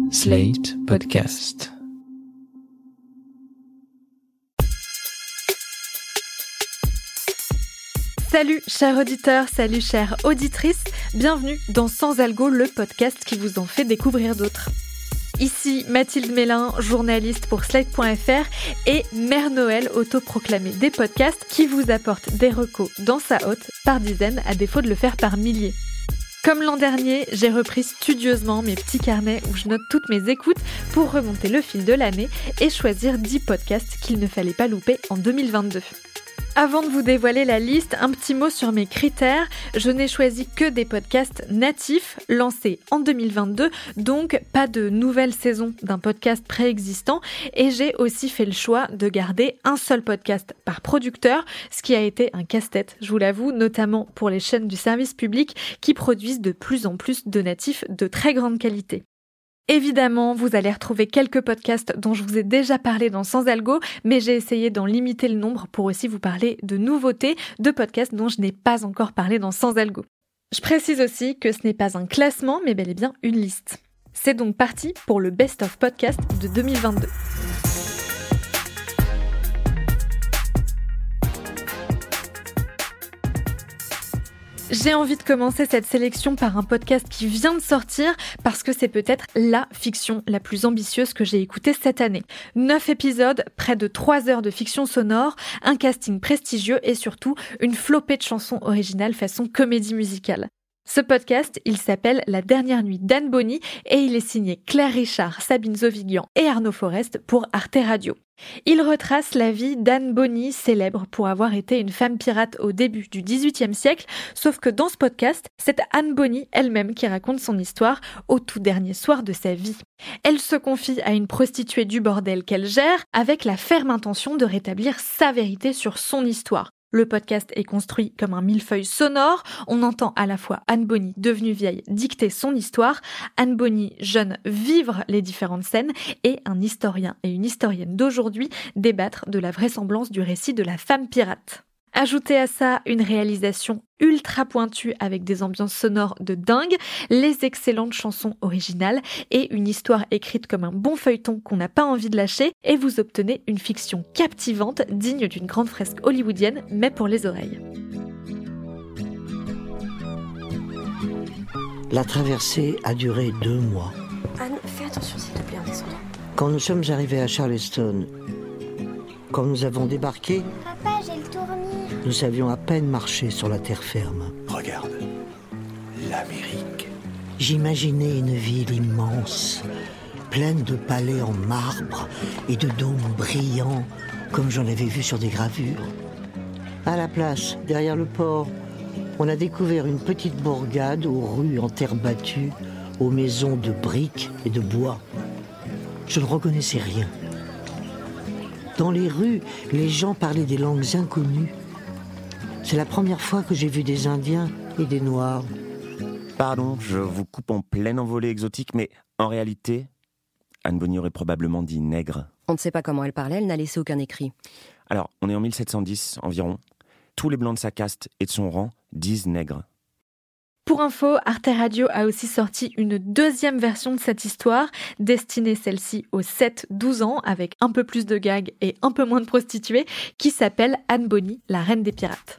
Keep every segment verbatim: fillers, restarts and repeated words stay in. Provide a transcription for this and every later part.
Slate Podcast. Salut chers auditeurs, salut chères auditrices, bienvenue dans Sans Algo, le podcast qui vous en fait découvrir d'autres. Ici Mathilde Mélin, journaliste pour Slate point F R et Mère Noël autoproclamée des podcasts qui vous apporte des recos dans sa hotte par dizaines à défaut de le faire par milliers. Comme l'an dernier, j'ai repris studieusement mes petits carnets où je note toutes mes écoutes pour remonter le fil de l'année et choisir dix podcasts qu'il ne fallait pas louper en deux mille vingt-deux. Avant de vous dévoiler la liste, un petit mot sur mes critères. Je n'ai choisi que des podcasts natifs lancés en deux mille vingt-deux, donc pas de nouvelle saison d'un podcast préexistant. Et j'ai aussi fait le choix de garder un seul podcast par producteur, ce qui a été un casse-tête, je vous l'avoue, notamment pour les chaînes du service public qui produisent de plus en plus de natifs de très grande qualité. Évidemment, vous allez retrouver quelques podcasts dont je vous ai déjà parlé dans Sans Algo, mais j'ai essayé d'en limiter le nombre pour aussi vous parler de nouveautés, de podcasts dont je n'ai pas encore parlé dans Sans Algo. Je précise aussi que ce n'est pas un classement, mais bel et bien une liste. C'est donc parti pour le Best of Podcast de deux mille vingt-deux. J'ai envie de commencer cette sélection par un podcast qui vient de sortir parce que c'est peut-être la fiction la plus ambitieuse que j'ai écoutée cette année. Neuf épisodes, près de trois heures de fiction sonore, un casting prestigieux et surtout une flopée de chansons originales façon comédie musicale. Ce podcast, il s'appelle La dernière nuit d'Anne Bonny et il est signé Claire Richard, Sabine Zovigian et Arnaud Forest pour Arte Radio. Il retrace la vie d'Anne Bonny, célèbre pour avoir été une femme pirate au début du dix-huitième siècle, sauf que dans ce podcast, c'est Anne Bonny elle-même qui raconte son histoire au tout dernier soir de sa vie. Elle se confie à une prostituée du bordel qu'elle gère, avec la ferme intention de rétablir sa vérité sur son histoire. Le podcast est construit comme un millefeuille sonore. On entend à la fois Anne Bonny, devenue vieille, dicter son histoire, Anne Bonny, jeune, vivre les différentes scènes, et un historien et une historienne d'aujourd'hui débattre de la vraisemblance du récit de la femme pirate. Ajoutez à ça une réalisation ultra pointue avec des ambiances sonores de dingue, les excellentes chansons originales et une histoire écrite comme un bon feuilleton qu'on n'a pas envie de lâcher, et vous obtenez une fiction captivante digne d'une grande fresque hollywoodienne, mais pour les oreilles. La traversée a duré deux mois. Anne, fais attention s'il te plaît en descendant. Quand nous sommes arrivés à Charleston, quand nous avons débarqué, Papa, j'ai le tournis. Nous savions à peine marcher sur la terre ferme. Regarde, l'Amérique. J'imaginais une ville immense, pleine de palais en marbre et de dômes brillants, comme j'en avais vu sur des gravures. À la place, derrière le port, on a découvert une petite bourgade aux rues en terre battue, aux maisons de briques et de bois. Je ne reconnaissais rien. Dans les rues, les gens parlaient des langues inconnues. C'est la première fois que j'ai vu des Indiens et des Noirs. Pardon, je vous coupe en pleine envolée exotique, mais en réalité, Anne Bonny aurait probablement dit nègre. On ne sait pas comment elle parlait, elle n'a laissé aucun écrit. Alors, on est en mille sept cent dix environ. Tous les blancs de sa caste et de son rang disent nègre. Pour info, Arte Radio a aussi sorti une deuxième version de cette histoire, destinée celle-ci aux sept douze ans, avec un peu plus de gags et un peu moins de prostituées, qui s'appelle Anne Bonny, la reine des pirates.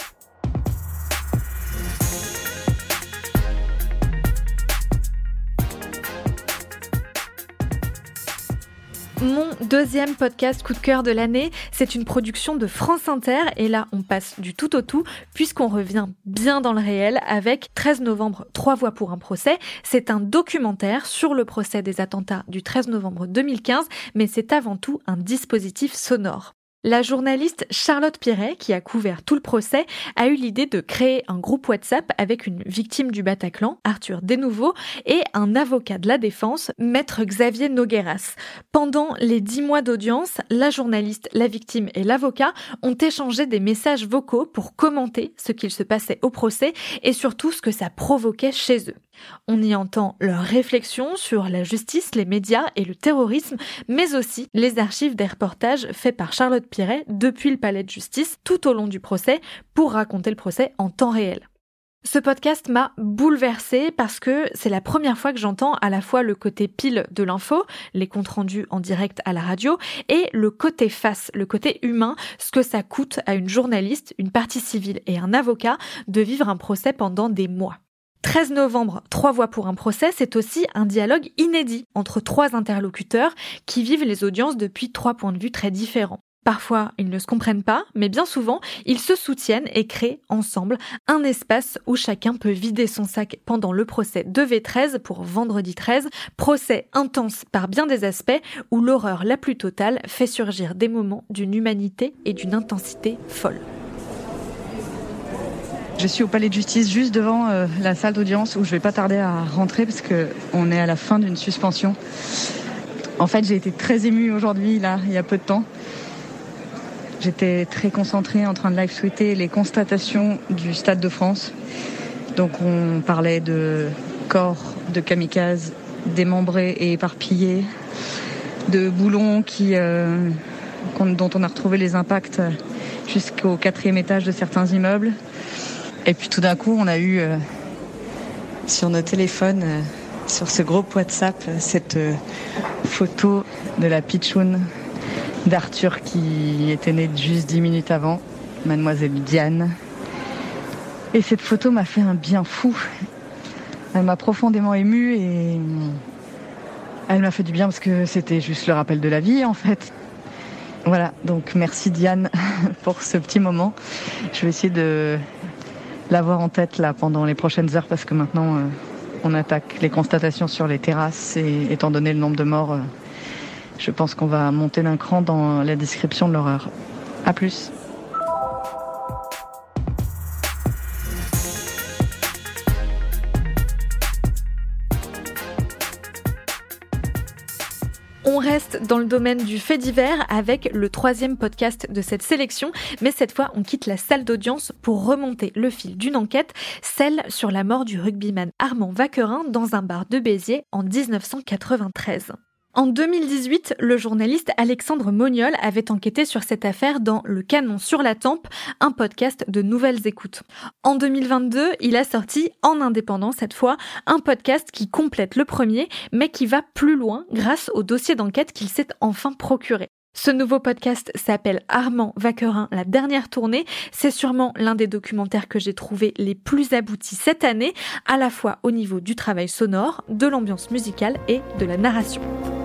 Mon deuxième podcast coup de cœur de l'année, c'est une production de France Inter, et là on passe du tout au tout puisqu'on revient bien dans le réel avec treize novembre, trois voix pour un procès. C'est un documentaire sur le procès des attentats du treize novembre deux mille quinze, mais c'est avant tout un dispositif sonore. La journaliste Charlotte Piret, qui a couvert tout le procès, a eu l'idée de créer un groupe WhatsApp avec une victime du Bataclan, Arthur Desnouveau, et un avocat de la défense, Maître Xavier Nogueras. Pendant les dix mois d'audience, la journaliste, la victime et l'avocat ont échangé des messages vocaux pour commenter ce qu'il se passait au procès et surtout ce que ça provoquait chez eux. On y entend leurs réflexions sur la justice, les médias et le terrorisme, mais aussi les archives des reportages faits par Charlotte Piret depuis le palais de justice tout au long du procès pour raconter le procès en temps réel. Ce podcast m'a bouleversée parce que c'est la première fois que j'entends à la fois le côté pile de l'info, les comptes rendus en direct à la radio, et le côté face, le côté humain, ce que ça coûte à une journaliste, une partie civile et un avocat de vivre un procès pendant des mois. treize novembre, Trois voix pour un procès, c'est aussi un dialogue inédit entre trois interlocuteurs qui vivent les audiences depuis trois points de vue très différents. Parfois, ils ne se comprennent pas, mais bien souvent, ils se soutiennent et créent ensemble un espace où chacun peut vider son sac pendant le procès de V treize pour vendredi treize, procès intense par bien des aspects où l'horreur la plus totale fait surgir des moments d'une humanité et d'une intensité folle. Je suis au palais de justice juste devant euh, la salle d'audience où je vais pas tarder à rentrer parce qu'on est à la fin d'une suspension. En fait, j'ai été très émue aujourd'hui, là, il y a peu de temps. J'étais très concentrée en train de live-tweeter les constatations du Stade de France. Donc on parlait de corps de kamikazes démembrés et éparpillés, de boulons qui, euh, dont on a retrouvé les impacts jusqu'au quatrième étage de certains immeubles. Et puis tout d'un coup, on a eu euh, sur nos téléphones, euh, sur ce groupe WhatsApp, cette euh, photo de la pitchoune d'Arthur qui était née juste dix minutes avant, mademoiselle Diane. Et cette photo m'a fait un bien fou. Elle m'a profondément émue et elle m'a fait du bien parce que c'était juste le rappel de la vie en fait. Voilà, donc merci Diane pour ce petit moment. Je vais essayer de l'avoir en tête là pendant les prochaines heures parce que maintenant euh, on attaque les constatations sur les terrasses et étant donné le nombre de morts, euh, je pense qu'on va monter d'un cran dans la description de l'horreur. À plus. On reste dans le domaine du fait divers avec le troisième podcast de cette sélection, mais cette fois on quitte la salle d'audience pour remonter le fil d'une enquête, celle sur la mort du rugbyman Armand Vaquerin dans un bar de Béziers en dix-neuf cent quatre-vingt-treize. En deux mille dix-huit, le journaliste Alexandre Moniol avait enquêté sur cette affaire dans Le Canon sur la Tempe, un podcast de Nouvelles Écoutes. En deux mille vingt-deux, il a sorti, en indépendant cette fois, un podcast qui complète le premier, mais qui va plus loin grâce au dossier d'enquête qu'il s'est enfin procuré. Ce nouveau podcast s'appelle Armand Vaquerin, la dernière tournée. C'est sûrement l'un des documentaires que j'ai trouvé les plus aboutis cette année, à la fois au niveau du travail sonore, de l'ambiance musicale et de la narration.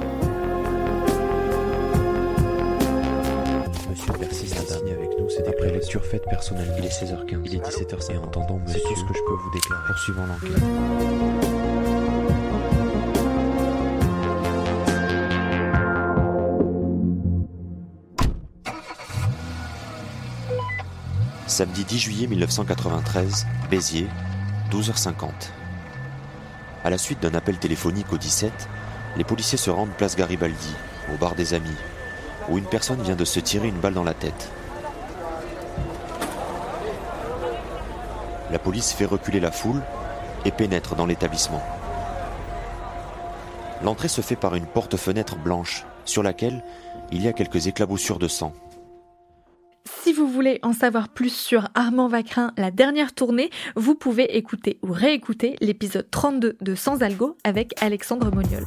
Monsieur persiste à signer avec nous, c'est après lecture faite personnellement. Il est seize heures quinze. Il est dix-sept heures cinq. Et en attendant, monsieur, c'est tout ce que je peux vous déclarer. Poursuivant l'enquête. Samedi dix juillet mille neuf cent quatre-vingt-treize, Béziers, douze heures cinquante. À la suite d'un appel téléphonique au dix-sept, les policiers se rendent place Garibaldi, au bar des Amis, où une personne vient de se tirer une balle dans la tête. La police fait reculer la foule et pénètre dans l'établissement. L'entrée se fait par une porte-fenêtre blanche, sur laquelle il y a quelques éclaboussures de sang. Si vous voulez en savoir plus sur Armand Vaquerin, la dernière tournée, vous pouvez écouter ou réécouter l'épisode trente-deux de Sans Algo avec Alexandre Moniol.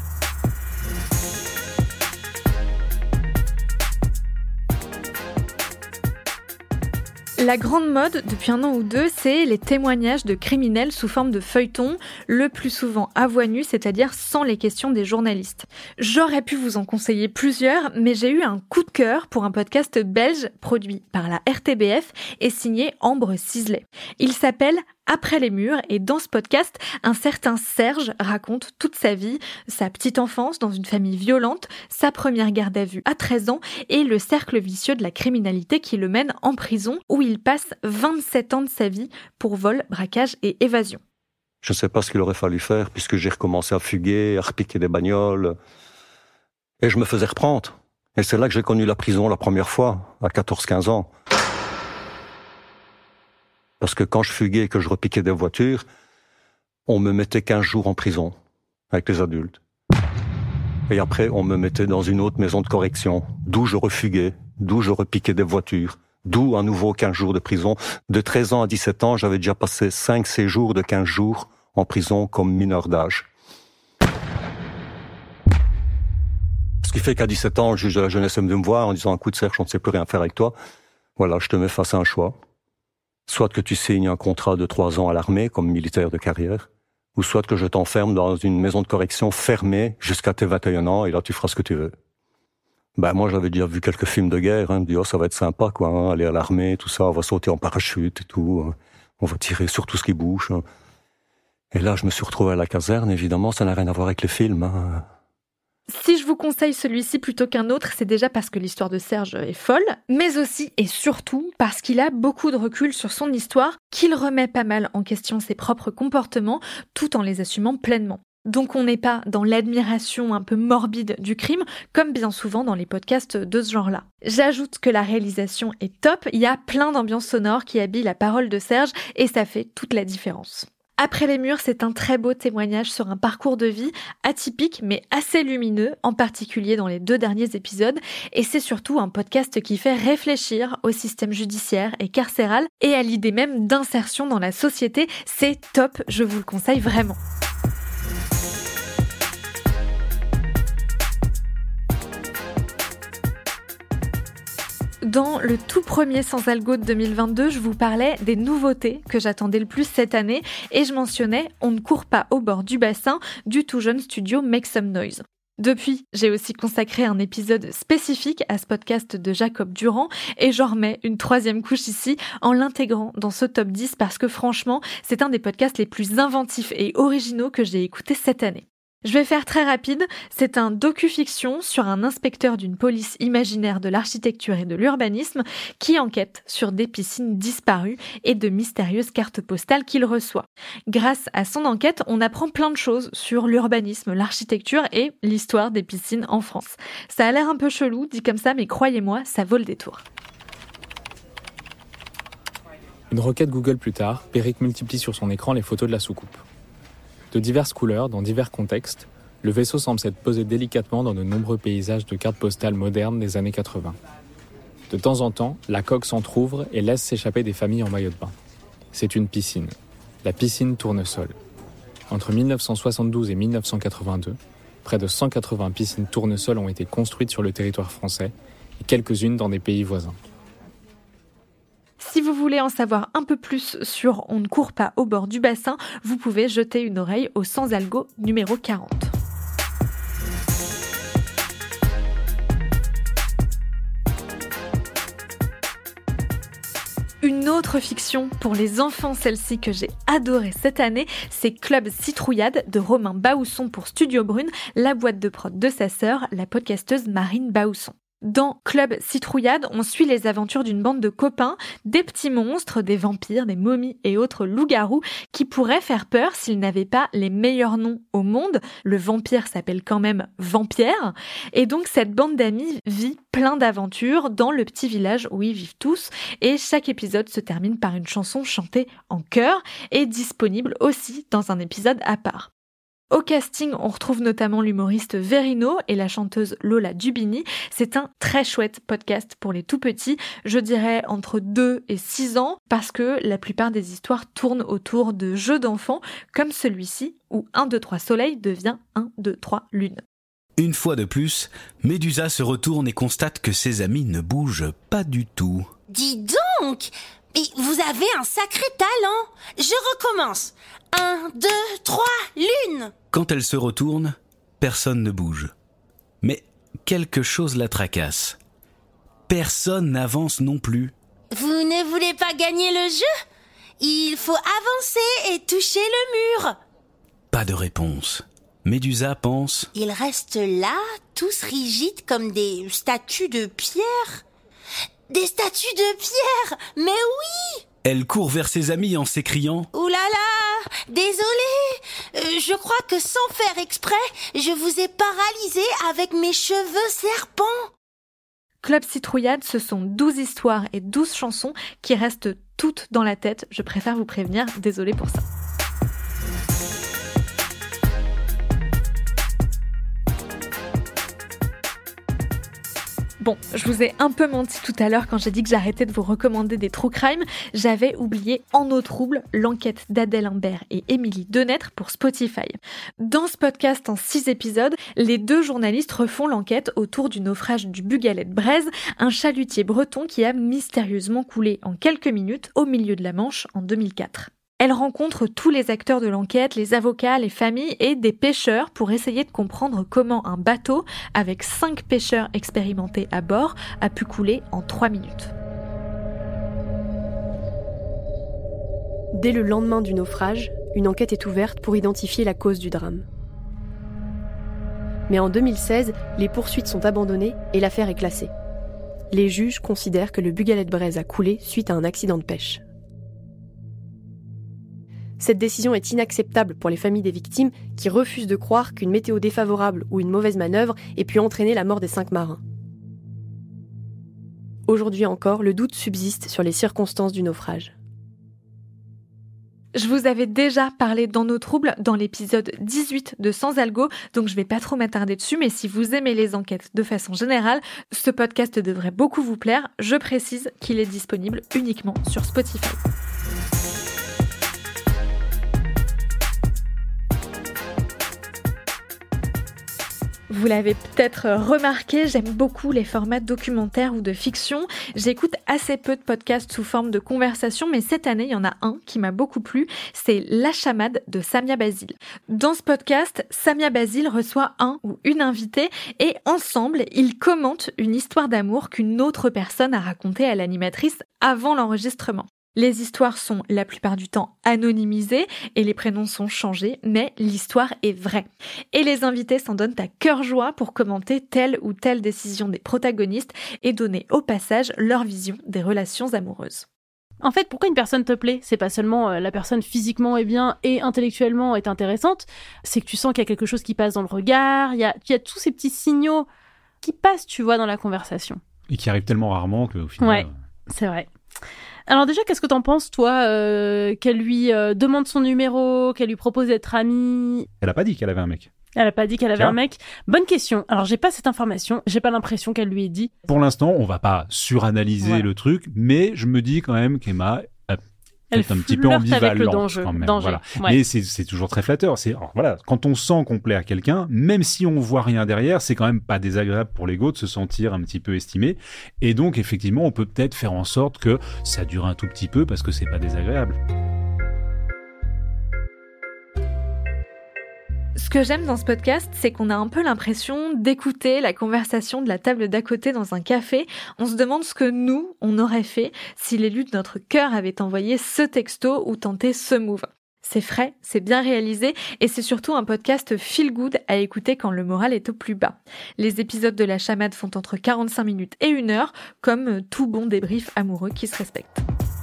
La grande mode, depuis un an ou deux, c'est les témoignages de criminels sous forme de feuilleton, le plus souvent à voix nue, c'est-à-dire sans les questions des journalistes. J'aurais pu vous en conseiller plusieurs, mais j'ai eu un coup de cœur pour un podcast belge produit par la R T B F et signé Ambre Cizelet. Il s'appelle Après les murs, et dans ce podcast, un certain Serge raconte toute sa vie, sa petite enfance dans une famille violente, sa première garde à vue à treize ans et le cercle vicieux de la criminalité qui le mène en prison où il passe vingt-sept ans de sa vie pour vol, braquage et évasion. Je ne sais pas ce qu'il aurait fallu faire puisque j'ai recommencé à fuguer, à repiquer des bagnoles et je me faisais reprendre. Et c'est là que j'ai connu la prison la première fois, à quatorze quinze ans. Parce que quand je fuguais et que je repiquais des voitures, on me mettait quinze jours en prison, avec les adultes. Et après, on me mettait dans une autre maison de correction, d'où je refuguais, d'où je repiquais des voitures, D'où à nouveau quinze jours de prison. De treize ans à dix-sept ans, j'avais déjà passé cinq séjours de quinze jours en prison comme mineur d'âge. Ce qui fait qu'à dix-sept ans, le juge de la jeunesse aime de me voir en disant « Écoute Serge, on ne sait plus rien faire avec toi. » Voilà, je te mets face à un choix. Soit que tu signes un contrat de trois ans à l'armée comme militaire de carrière, ou soit que je t'enferme dans une maison de correction fermée jusqu'à tes vingt et un ans, et là tu feras ce que tu veux. Ben moi j'avais déjà vu quelques films de guerre, hein, je me dis oh ça va être sympa quoi, hein, aller à l'armée, tout ça, on va sauter en parachute et tout, hein, on va tirer sur tout ce qui bouge. Hein. Et là je me suis retrouvé à la caserne, évidemment ça n'a rien à voir avec les films. Hein. Si je vous conseille celui-ci plutôt qu'un autre, c'est déjà parce que l'histoire de Serge est folle, mais aussi et surtout parce qu'il a beaucoup de recul sur son histoire, qu'il remet pas mal en question ses propres comportements, tout en les assumant pleinement. Donc on n'est pas dans l'admiration un peu morbide du crime, comme bien souvent dans les podcasts de ce genre-là. J'ajoute que la réalisation est top, il y a plein d'ambiances sonores qui habillent la parole de Serge, et ça fait toute la différence. Après les murs, c'est un très beau témoignage sur un parcours de vie atypique mais assez lumineux, en particulier dans les deux derniers épisodes, et c'est surtout un podcast qui fait réfléchir au système judiciaire et carcéral et à l'idée même d'insertion dans la société. C'est top, je vous le conseille vraiment. Dans le tout premier Sans Algo de deux mille vingt-deux, je vous parlais des nouveautés que j'attendais le plus cette année et je mentionnais « On ne court pas au bord du bassin » du tout jeune studio Make Some Noise. Depuis, j'ai aussi consacré un épisode spécifique à ce podcast de Jacob Durand et j'en remets une troisième couche ici en l'intégrant dans ce top dix parce que franchement, c'est un des podcasts les plus inventifs et originaux que j'ai écouté cette année. Je vais faire très rapide, c'est un docu-fiction sur un inspecteur d'une police imaginaire de l'architecture et de l'urbanisme qui enquête sur des piscines disparues et de mystérieuses cartes postales qu'il reçoit. Grâce à son enquête, on apprend plein de choses sur l'urbanisme, l'architecture et l'histoire des piscines en France. Ça a l'air un peu chelou, dit comme ça, mais croyez-moi, ça vaut le détour. Une requête Google plus tard, Péric multiplie sur son écran les photos de la soucoupe. De diverses couleurs, dans divers contextes, le vaisseau semble s'être posé délicatement dans de nombreux paysages de cartes postales modernes des années quatre-vingts. De temps en temps, la coque s'entrouvre et laisse s'échapper des familles en maillot de bain. C'est une piscine, la piscine Tournesol. Entre mille neuf cent soixante-douze et mille neuf cent quatre-vingt-deux, près de cent quatre-vingts piscines Tournesol ont été construites sur le territoire français et quelques-unes dans des pays voisins. Si vous voulez en savoir un peu plus sur On ne court pas au bord du bassin, vous pouvez jeter une oreille au Sans Algo numéro quarante. Une autre fiction pour les enfants, celle-ci que j'ai adorée cette année, c'est Club Citrouillade de Romain Baousson pour Studio Brune, la boîte de prod de sa sœur, la podcasteuse Marine Baousson. Dans Club Citrouillade, on suit les aventures d'une bande de copains, des petits monstres, des vampires, des momies et autres loups-garous qui pourraient faire peur s'ils n'avaient pas les meilleurs noms au monde. Le vampire s'appelle quand même Vampierre. Et donc cette bande d'amis vit plein d'aventures dans le petit village où ils vivent tous. Et chaque épisode se termine par une chanson chantée en chœur et disponible aussi dans un épisode à part. Au casting, on retrouve notamment l'humoriste Verino et la chanteuse Lola Dubini. C'est un très chouette podcast pour les tout-petits, je dirais entre deux et six ans, parce que la plupart des histoires tournent autour de jeux d'enfants, comme celui-ci, où un, deux, trois soleil devient un, deux, trois lune. Une fois de plus, Médusa se retourne et constate que ses amis ne bougent pas du tout. Dis donc! Et vous avez un sacré talent! Je recommence! Un, deux, trois, lune! Quand elle se retourne, personne ne bouge. Mais quelque chose la tracasse. Personne n'avance non plus. Vous ne voulez pas gagner le jeu? Il faut avancer et toucher le mur. Pas de réponse. Médusa pense... Ils restent là, tous rigides comme des statues de pierre. Des statues de pierre! Mais oui! Elle court vers ses amis en s'écriant « Ouh là là! Désolée! Euh, je crois que sans faire exprès, je vous ai paralysé avec mes cheveux serpents !» Club Citrouillade, ce sont douze histoires et douze chansons qui restent toutes dans la tête. Je préfère vous prévenir, désolée pour ça. Bon, je vous ai un peu menti tout à l'heure quand j'ai dit que j'arrêtais de vous recommander des true crime. J'avais oublié En eau trouble, l'enquête d'Adèle Imbert et Émilie Denêtre pour Spotify. Dans ce podcast en six épisodes, les deux journalistes refont l'enquête autour du naufrage du Bugalet de Bréz, un chalutier breton qui a mystérieusement coulé en quelques minutes au milieu de la Manche en deux mille quatre. Elle rencontre tous les acteurs de l'enquête, les avocats, les familles et des pêcheurs pour essayer de comprendre comment un bateau, avec cinq pêcheurs expérimentés à bord, a pu couler en trois minutes. Dès le lendemain du naufrage, une enquête est ouverte pour identifier la cause du drame. Mais en deux mille seize, les poursuites sont abandonnées et l'affaire est classée. Les juges considèrent que le Bugalet de Bréz a coulé suite à un accident de pêche. Cette décision est inacceptable pour les familles des victimes qui refusent de croire qu'une météo défavorable ou une mauvaise manœuvre ait pu entraîner la mort des cinq marins. Aujourd'hui encore, le doute subsiste sur les circonstances du naufrage. Je vous avais déjà parlé d'En eau trouble dans l'épisode dix-huit de Sans Algo, donc je vais pas trop m'attarder dessus, mais si vous aimez les enquêtes de façon générale, ce podcast devrait beaucoup vous plaire. Je précise qu'il est disponible uniquement sur Spotify. Vous l'avez peut-être remarqué, j'aime beaucoup les formats documentaires ou de fiction. J'écoute assez peu de podcasts sous forme de conversation, mais cette année, il y en a un qui m'a beaucoup plu, c'est La Chamade de Samia Basile. Dans ce podcast, Samia Basile reçoit un ou une invitée et ensemble, ils commentent une histoire d'amour qu'une autre personne a racontée à l'animatrice avant l'enregistrement. Les histoires sont la plupart du temps anonymisées et les prénoms sont changés, mais l'histoire est vraie. Et les invités s'en donnent à cœur joie pour commenter telle ou telle décision des protagonistes et donner au passage leur vision des relations amoureuses. En fait, pourquoi une personne te plaît ? C'est pas seulement euh, la personne physiquement est bien et intellectuellement est intéressante, c'est que tu sens qu'il y a quelque chose qui passe dans le regard, il y a, il y a tous ces petits signaux qui passent, tu vois, dans la conversation. Et qui arrivent tellement rarement qu'au final... Ouais, c'est vrai. Alors déjà, qu'est-ce que t'en penses, toi, euh, qu'elle lui euh, demande son numéro, qu'elle lui propose d'être amie ? Elle a pas dit qu'elle avait un mec. Elle a pas dit qu'elle avait Tiens. un mec. Bonne question. Alors, j'ai pas cette information. J'ai pas l'impression qu'elle lui ait dit. Pour l'instant, on va pas suranalyser Ouais. le truc, mais je me dis quand même qu'Emma a peut-être un petit peu flirte ambivalente avec le danger, quand même. danger, Voilà. ouais. Mais c'est, c'est toujours très flatteur. C'est, alors, voilà, quand on sent qu'on plaît à quelqu'un, même si on voit rien derrière, c'est quand même pas désagréable pour l'ego de se sentir un petit peu estimé. Et donc, effectivement, on peut peut-être faire en sorte que ça dure un tout petit peu parce que c'est pas désagréable. Ce que j'aime dans ce podcast, c'est qu'on a un peu l'impression d'écouter la conversation de la table d'à côté dans un café. On se demande ce que nous, on aurait fait si l'élu de notre cœur avait envoyé ce texto ou tenté ce move. C'est frais, c'est bien réalisé et c'est surtout un podcast feel good à écouter quand le moral est au plus bas. Les épisodes de La Chamade font entre quarante-cinq minutes et une heure, comme tout bon débrief amoureux qui se respecte.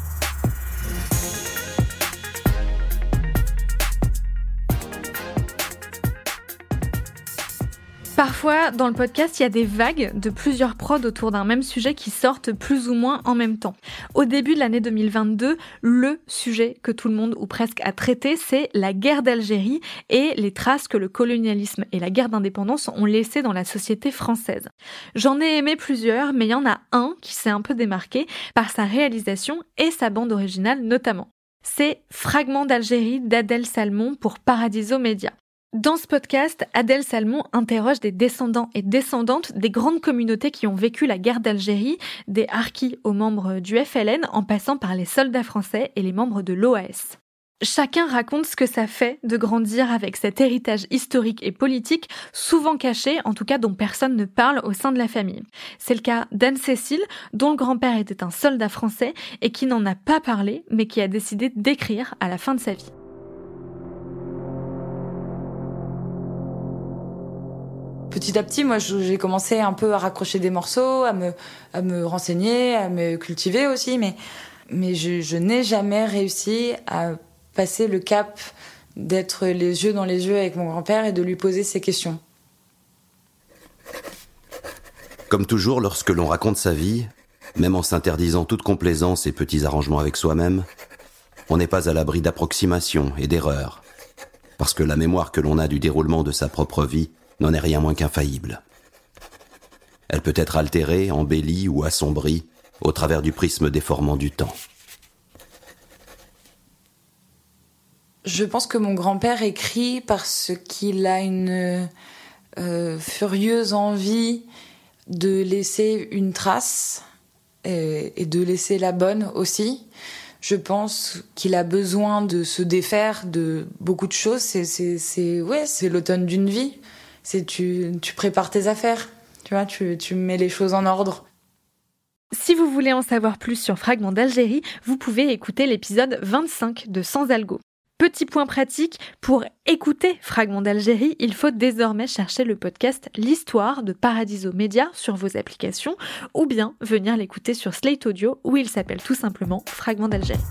Parfois, dans le podcast, il y a des vagues de plusieurs prods autour d'un même sujet qui sortent plus ou moins en même temps. Au début de l'année deux mille vingt-deux, le sujet que tout le monde ou presque a traité, c'est la guerre d'Algérie et les traces que le colonialisme et la guerre d'indépendance ont laissées dans la société française. J'en ai aimé plusieurs, mais il y en a un qui s'est un peu démarqué par sa réalisation et sa bande originale notamment. C'est Fragments d'Algérie d'Adèle Salmon pour Paradiso Média. Dans ce podcast, Adèle Salmon interroge des descendants et descendantes des grandes communautés qui ont vécu la guerre d'Algérie, des harkis aux membres du F L N, en passant par les soldats français et les membres de l'O A S. Chacun raconte ce que ça fait de grandir avec cet héritage historique et politique, souvent caché, en tout cas dont personne ne parle au sein de la famille. C'est le cas d'Anne-Cécile, dont le grand-père était un soldat français et qui n'en a pas parlé, mais qui a décidé d'écrire à la fin de sa vie. Petit à petit, moi, j'ai commencé un peu à raccrocher des morceaux, à me, à me renseigner, à me cultiver aussi, mais, mais je, je n'ai jamais réussi à passer le cap d'être les yeux dans les yeux avec mon grand-père et de lui poser ces questions. Comme toujours, lorsque l'on raconte sa vie, même en s'interdisant toute complaisance et petits arrangements avec soi-même, on n'est pas à l'abri d'approximations et d'erreurs, parce que la mémoire que l'on a du déroulement de sa propre vie n'en est rien moins qu'infaillible. Elle peut être altérée, embellie ou assombrie au travers du prisme déformant du temps. Je pense que mon grand-père écrit parce qu'il a une euh, furieuse envie de laisser une trace et, et de laisser la bonne aussi. Je pense qu'il a besoin de se défaire de beaucoup de choses. C'est, c'est, c'est, ouais, c'est l'automne d'une vie. C'est tu, tu prépares tes affaires, tu vois, tu, tu mets les choses en ordre. Si vous voulez en savoir plus sur Fragments d'Algérie, vous pouvez écouter l'épisode vingt-cinq de Sans Algo. Petit point pratique, pour écouter Fragments d'Algérie, il faut désormais chercher le podcast L'Histoire de Paradiso Média sur vos applications ou bien venir l'écouter sur Slate Audio où il s'appelle tout simplement Fragments d'Algérie.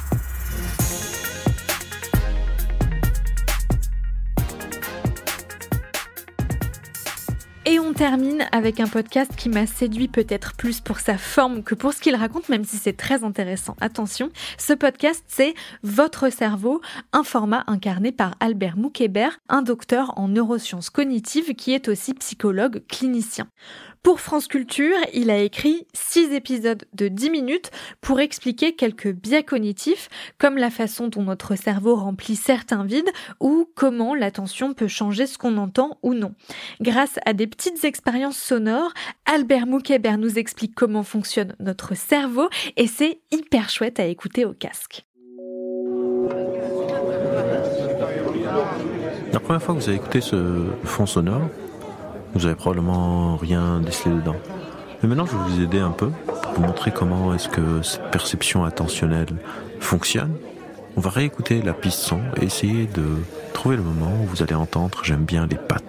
Et on termine avec un podcast qui m'a séduit peut-être plus pour sa forme que pour ce qu'il raconte, même si c'est très intéressant. Attention, ce podcast, c'est Votre cerveau, un format incarné par Albert Moukébert, un docteur en neurosciences cognitives qui est aussi psychologue clinicien. Pour France Culture, il a écrit six épisodes de dix minutes pour expliquer quelques biais cognitifs, comme la façon dont notre cerveau remplit certains vides ou comment l'attention peut changer ce qu'on entend ou non. Grâce à des petites expériences sonores, Albert Moukébert nous explique comment fonctionne notre cerveau et c'est hyper chouette à écouter au casque. La première fois que vous avez écouté ce fond sonore, vous avez probablement rien décelé dedans. Mais maintenant, je vais vous aider un peu pour vous montrer comment est-ce que cette perception attentionnelle fonctionne. On va réécouter la piste son et essayer de trouver le moment où vous allez entendre « J'aime bien les pattes ».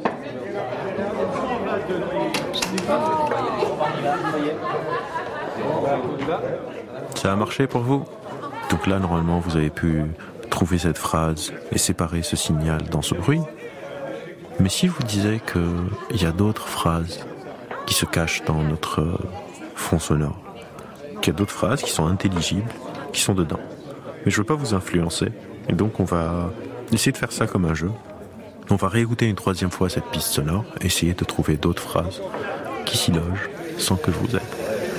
Ça a marché pour vous? Donc là, normalement, vous avez pu trouver cette phrase et séparer ce signal dans ce bruit. Mais si je vous disais qu'il y a d'autres phrases qui se cachent dans notre fond sonore, qu'il y a d'autres phrases qui sont intelligibles, qui sont dedans. Mais je ne veux pas vous influencer, et donc on va essayer de faire ça comme un jeu. On va réécouter une troisième fois cette piste sonore, essayer de trouver d'autres phrases qui s'y logent sans que je vous aide.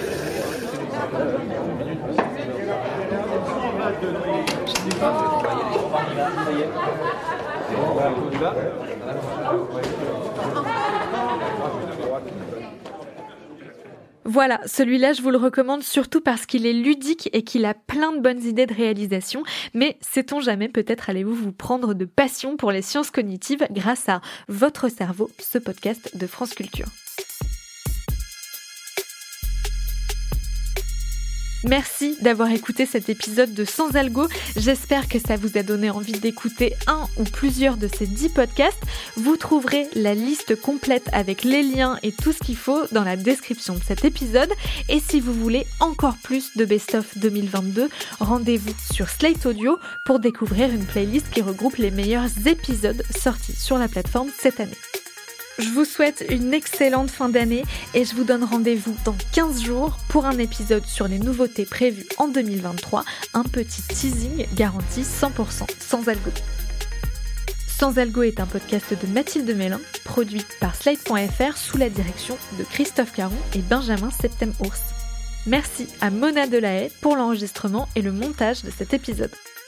Voilà, celui-là, je vous le recommande surtout parce qu'il est ludique et qu'il a plein de bonnes idées de réalisation. Mais sait-on jamais, peut-être allez-vous vous prendre de passion pour les sciences cognitives grâce à Votre cerveau, ce podcast de France Culture. Merci d'avoir écouté cet épisode de Sans Algo. J'espère que ça vous a donné envie d'écouter un ou plusieurs de ces dix podcasts. Vous trouverez la liste complète avec les liens et tout ce qu'il faut dans la description de cet épisode. Et si vous voulez encore plus de Best of deux mille vingt-deux, rendez-vous sur Slate Audio pour découvrir une playlist qui regroupe les meilleurs épisodes sortis sur la plateforme cette année. Je vous souhaite une excellente fin d'année et je vous donne rendez-vous dans quinze jours pour un épisode sur les nouveautés prévues en deux mille vingt-trois, un petit teasing garanti cent pour cent sans algo. Sans Algo est un podcast de Mathilde Mélin, produit par Slate point F R sous la direction de Christophe Caron et Benjamin Septem-Ours. Merci à Mona Delahaye pour l'enregistrement et le montage de cet épisode.